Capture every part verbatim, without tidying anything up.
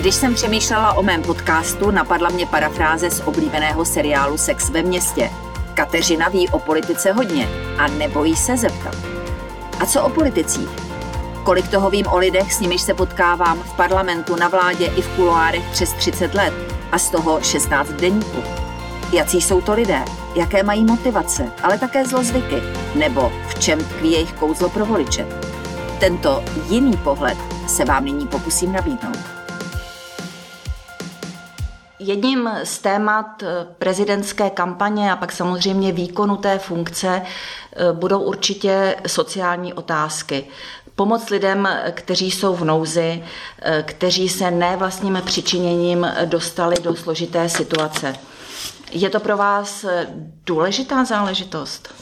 Když jsem přemýšlela o mém podcastu, napadla mě parafráze z oblíbeného seriálu Sex ve městě. Kateřina ví o politice hodně a nebojí se zeptat. A co o politicích? Kolik toho vím o lidech, s nimiž se potkávám v parlamentu, na vládě i v kuloárech přes třicet let a z toho šestnáct v deníku. Jací jsou to lidé? Jaké mají motivace, ale také zlozvyky? Nebo v čem tkví jejich kouzlo pro voliče? Tento jiný pohled se vám nyní pokusím nabídnout. Jedním z témat prezidentské kampaně a pak samozřejmě výkonu té funkce budou určitě sociální otázky. Pomoc lidem, kteří jsou v nouzi, kteří se ne vlastním přičiněním dostali do složité situace. Je to pro vás důležitá záležitost?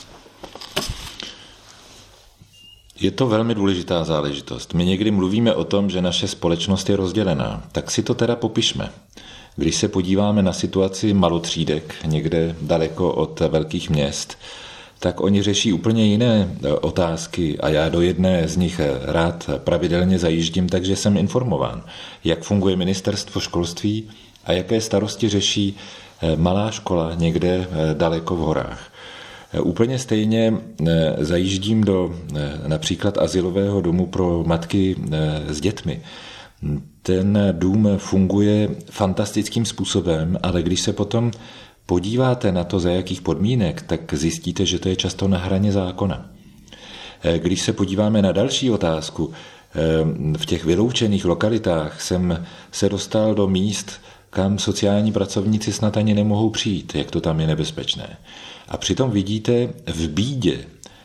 Je to velmi důležitá záležitost. My někdy mluvíme o tom, že naše společnost je rozdělená. Tak si to teda popišme. Když se podíváme na situaci malotřídek někde daleko od velkých měst, tak oni řeší úplně jiné otázky a já do jedné z nich rád pravidelně zajíždím, takže jsem informován, jak funguje ministerstvo školství a jaké starosti řeší malá škola někde daleko v horách. Úplně stejně zajíždím do například azylového domu pro matky s dětmi. Ten dům funguje fantastickým způsobem, ale když se potom podíváte na to, za jakých podmínek, tak zjistíte, že to je často na hraně zákona. Když se podíváme na další otázku, v těch vyloučených lokalitách jsem se dostal do míst, kam sociální pracovníci snad ani nemohou přijít, jak to tam je nebezpečné. A přitom vidíte v bídě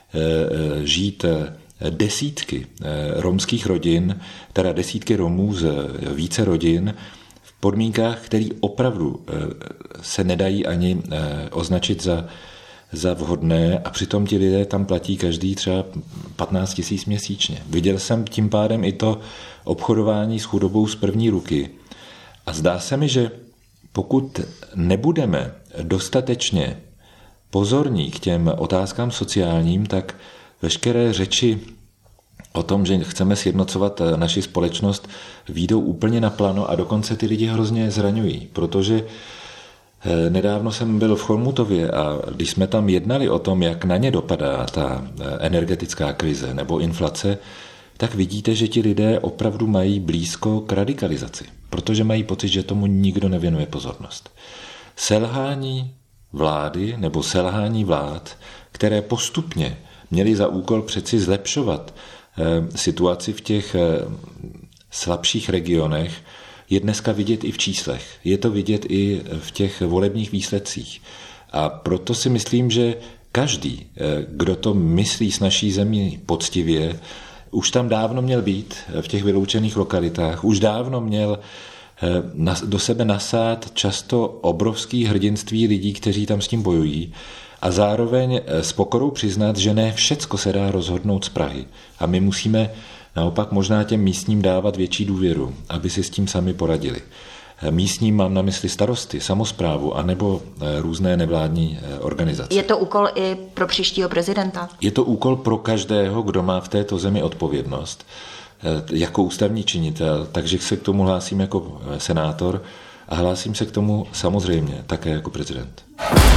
žít desítky romských rodin, teda desítky Romů z více rodin, v podmínkách, které opravdu se nedají ani označit za, za vhodné a přitom ti lidé tam platí každý třeba patnáct tisíc měsíčně. Viděl jsem tím pádem i to obchodování s chudobou z první ruky. A zdá se mi, že pokud nebudeme dostatečně pozorní k těm otázkám sociálním, tak veškeré řeči o tom, že chceme sjednocovat naši společnost, výjdou úplně na plano a dokonce ty lidi hrozně zraňují, protože nedávno jsem byl v Chomutově a když jsme tam jednali o tom, jak na ně dopadá ta energetická krize nebo inflace, tak vidíte, že ti lidé opravdu mají blízko k radikalizaci, protože mají pocit, že tomu nikdo nevěnuje pozornost. Selhání vlády nebo selhání vlád, které postupně měly za úkol přeci zlepšovat situaci v těch slabších regionech, je dneska vidět i v číslech. Je to vidět i v těch volebních výsledcích. A proto si myslím, že každý, kdo to myslí s naší zemí poctivě, už tam dávno měl být v těch vyloučených lokalitách, už dávno měl do sebe nasát často obrovský hrdinství lidí, kteří tam s tím bojují a zároveň s pokorou přiznat, že ne všecko se dá rozhodnout z Prahy. A my musíme naopak možná těm místním dávat větší důvěru, aby si s tím sami poradili. Místním mám na mysli starosty, samosprávu anebo různé nevládní organizace. Je to úkol i pro příštího prezidenta? Je to úkol pro každého, kdo má v této zemi odpovědnost jako ústavní činitel, takže se k tomu hlásím jako senátor a hlásím se k tomu samozřejmě také jako prezident.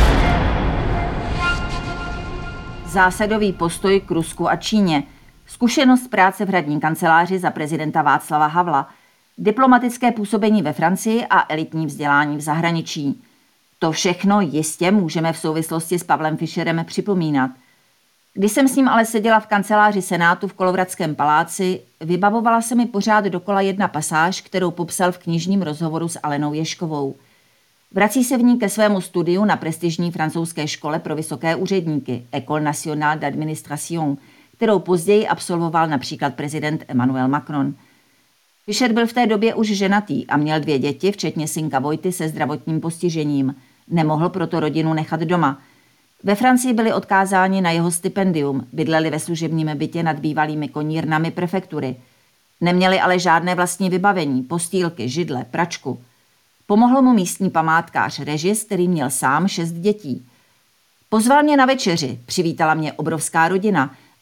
Zásadový postoj k Rusku a Číně, zkušenost práce v hradní kanceláři za prezidenta Václava Havla, diplomatické působení ve Francii a elitní vzdělání v zahraničí. To všechno jistě můžeme v souvislosti s Pavlem Fischerem připomínat. Když jsem s ním ale seděla v kanceláři Senátu v Kolovratském paláci, vybavovala se mi pořád dokola jedna pasáž, kterou popsal v knižním rozhovoru s Alenou Ježkovou. Vrací se v ní ke svému studiu na prestižní francouzské škole pro vysoké úředníky École nationale d'administration, kterou později absolvoval například prezident Emmanuel Macron. Fischer byl v té době už ženatý a měl dvě děti, včetně synka Vojty se zdravotním postižením. Nemohl proto rodinu nechat doma. Ve Francii byli odkázáni na jeho stipendium, bydleli ve služebním bytě nad bývalými konírnami prefektury. Neměli ale žádné vlastní vybavení, postýlky, židle, pračku. Pomohl mu místní památkář Regis, který měl sám šest dětí. Pozval mě na večeři, přivítala mě obrovská rodina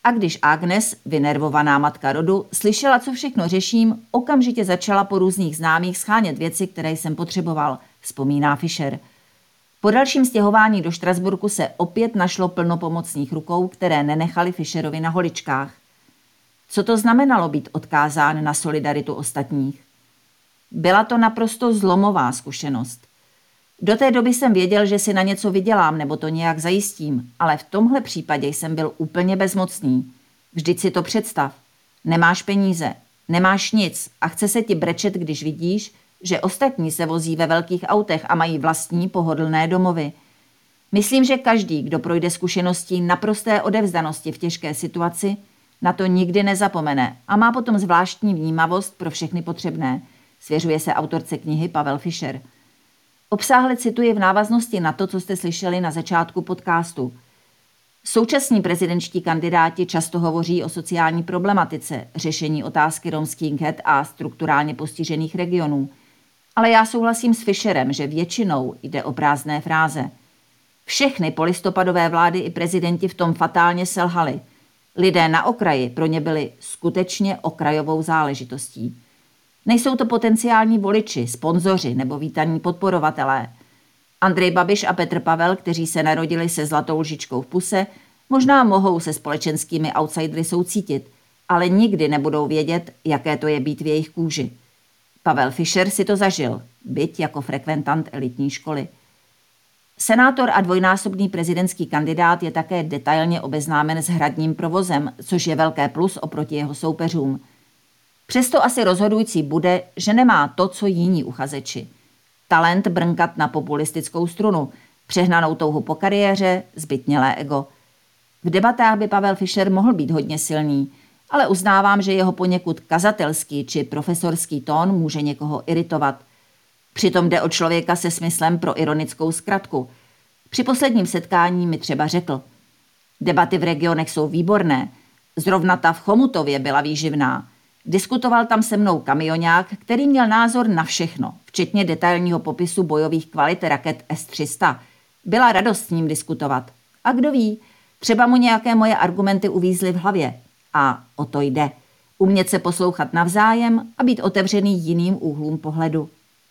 A když Agnes, vynervovaná matka rodu, slyšela, co všechno řeším, okamžitě začala po různých známých schánět věci, které jsem potřeboval, vzpomíná Fischer. Po dalším stěhování do Štrasburku se opět našlo plno pomocných rukou, které nenechali Fischerovi na holičkách. Co to znamenalo být odkázán na solidaritu ostatních? Byla to naprosto zlomová zkušenost. Do té doby jsem věděl, že si na něco vydělám nebo to nějak zajistím, ale v tomhle případě jsem byl úplně bezmocný. Vždyť si to představ. Nemáš peníze, nemáš nic a chce se ti brečet, když vidíš, že ostatní se vozí ve velkých autech a mají vlastní pohodlné domovy. Myslím, že každý, kdo projde zkušeností naprosté odevzdanosti v těžké situaci, na to nikdy nezapomene a má potom zvláštní vnímavost pro všechny potřebné, svěřuje se autorce knihy Pavel Fischer. Obsáhle cituji v návaznosti na to, co jste slyšeli na začátku podcastu. Současní prezidentští kandidáti často hovoří o sociální problematice, řešení otázky romských ghett a strukturálně postižených regionů. Ale já souhlasím s Fischerem, že většinou jde o prázdné fráze. Všechny polistopadové vlády i prezidenti v tom fatálně selhali. Lidé na okraji pro ně byli skutečně okrajovou záležitostí. Nejsou to potenciální voliči, sponzoři nebo vítaní podporovatelé. Andrej Babiš a Petr Pavel, kteří se narodili se zlatou lžičkou v puse, možná mohou se společenskými outsidery soucítit, ale nikdy nebudou vědět, jaké to je být v jejich kůži. Pavel Fischer si to zažil, byť jako frekventant elitní školy. Senátor a dvojnásobný prezidentský kandidát je také detailně obeznámen s hradním provozem, což je velké plus oproti jeho soupeřům. Přesto asi rozhodující bude, že nemá to, co jiní uchazeči. Talent brnkat na populistickou strunu, přehnanou touhu po kariéře, zbytnělé ego. V debatách by Pavel Fischer mohl být hodně silný, ale uznávám, že jeho poněkud kazatelský či profesorský tón může někoho iritovat. Přitom jde o člověka se smyslem pro ironickou zkratku. Při posledním setkání mi třeba řekl: debaty v regionech jsou výborné, zrovna ta v Chomutově byla výživná. Diskutoval tam se mnou kamionák, který měl názor na všechno, včetně detailního popisu bojových kvalit raket S tři sta. Byla radost s ním diskutovat. A kdo ví, třeba mu nějaké moje argumenty uvízly v hlavě. A o to jde. Umět se poslouchat navzájem a být otevřený jiným úhlům pohledu.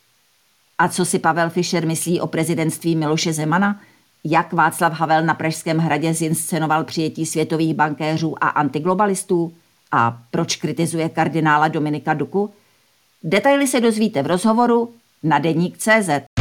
A co si Pavel Fischer myslí o prezidentství Miloše Zemana? Jak Václav Havel na Pražském hradě zinscenoval přijetí světových bankéřů a antiglobalistů? A proč kritizuje kardinála Dominika Duku? Detaily se dozvíte v rozhovoru na deník tečka cé zet.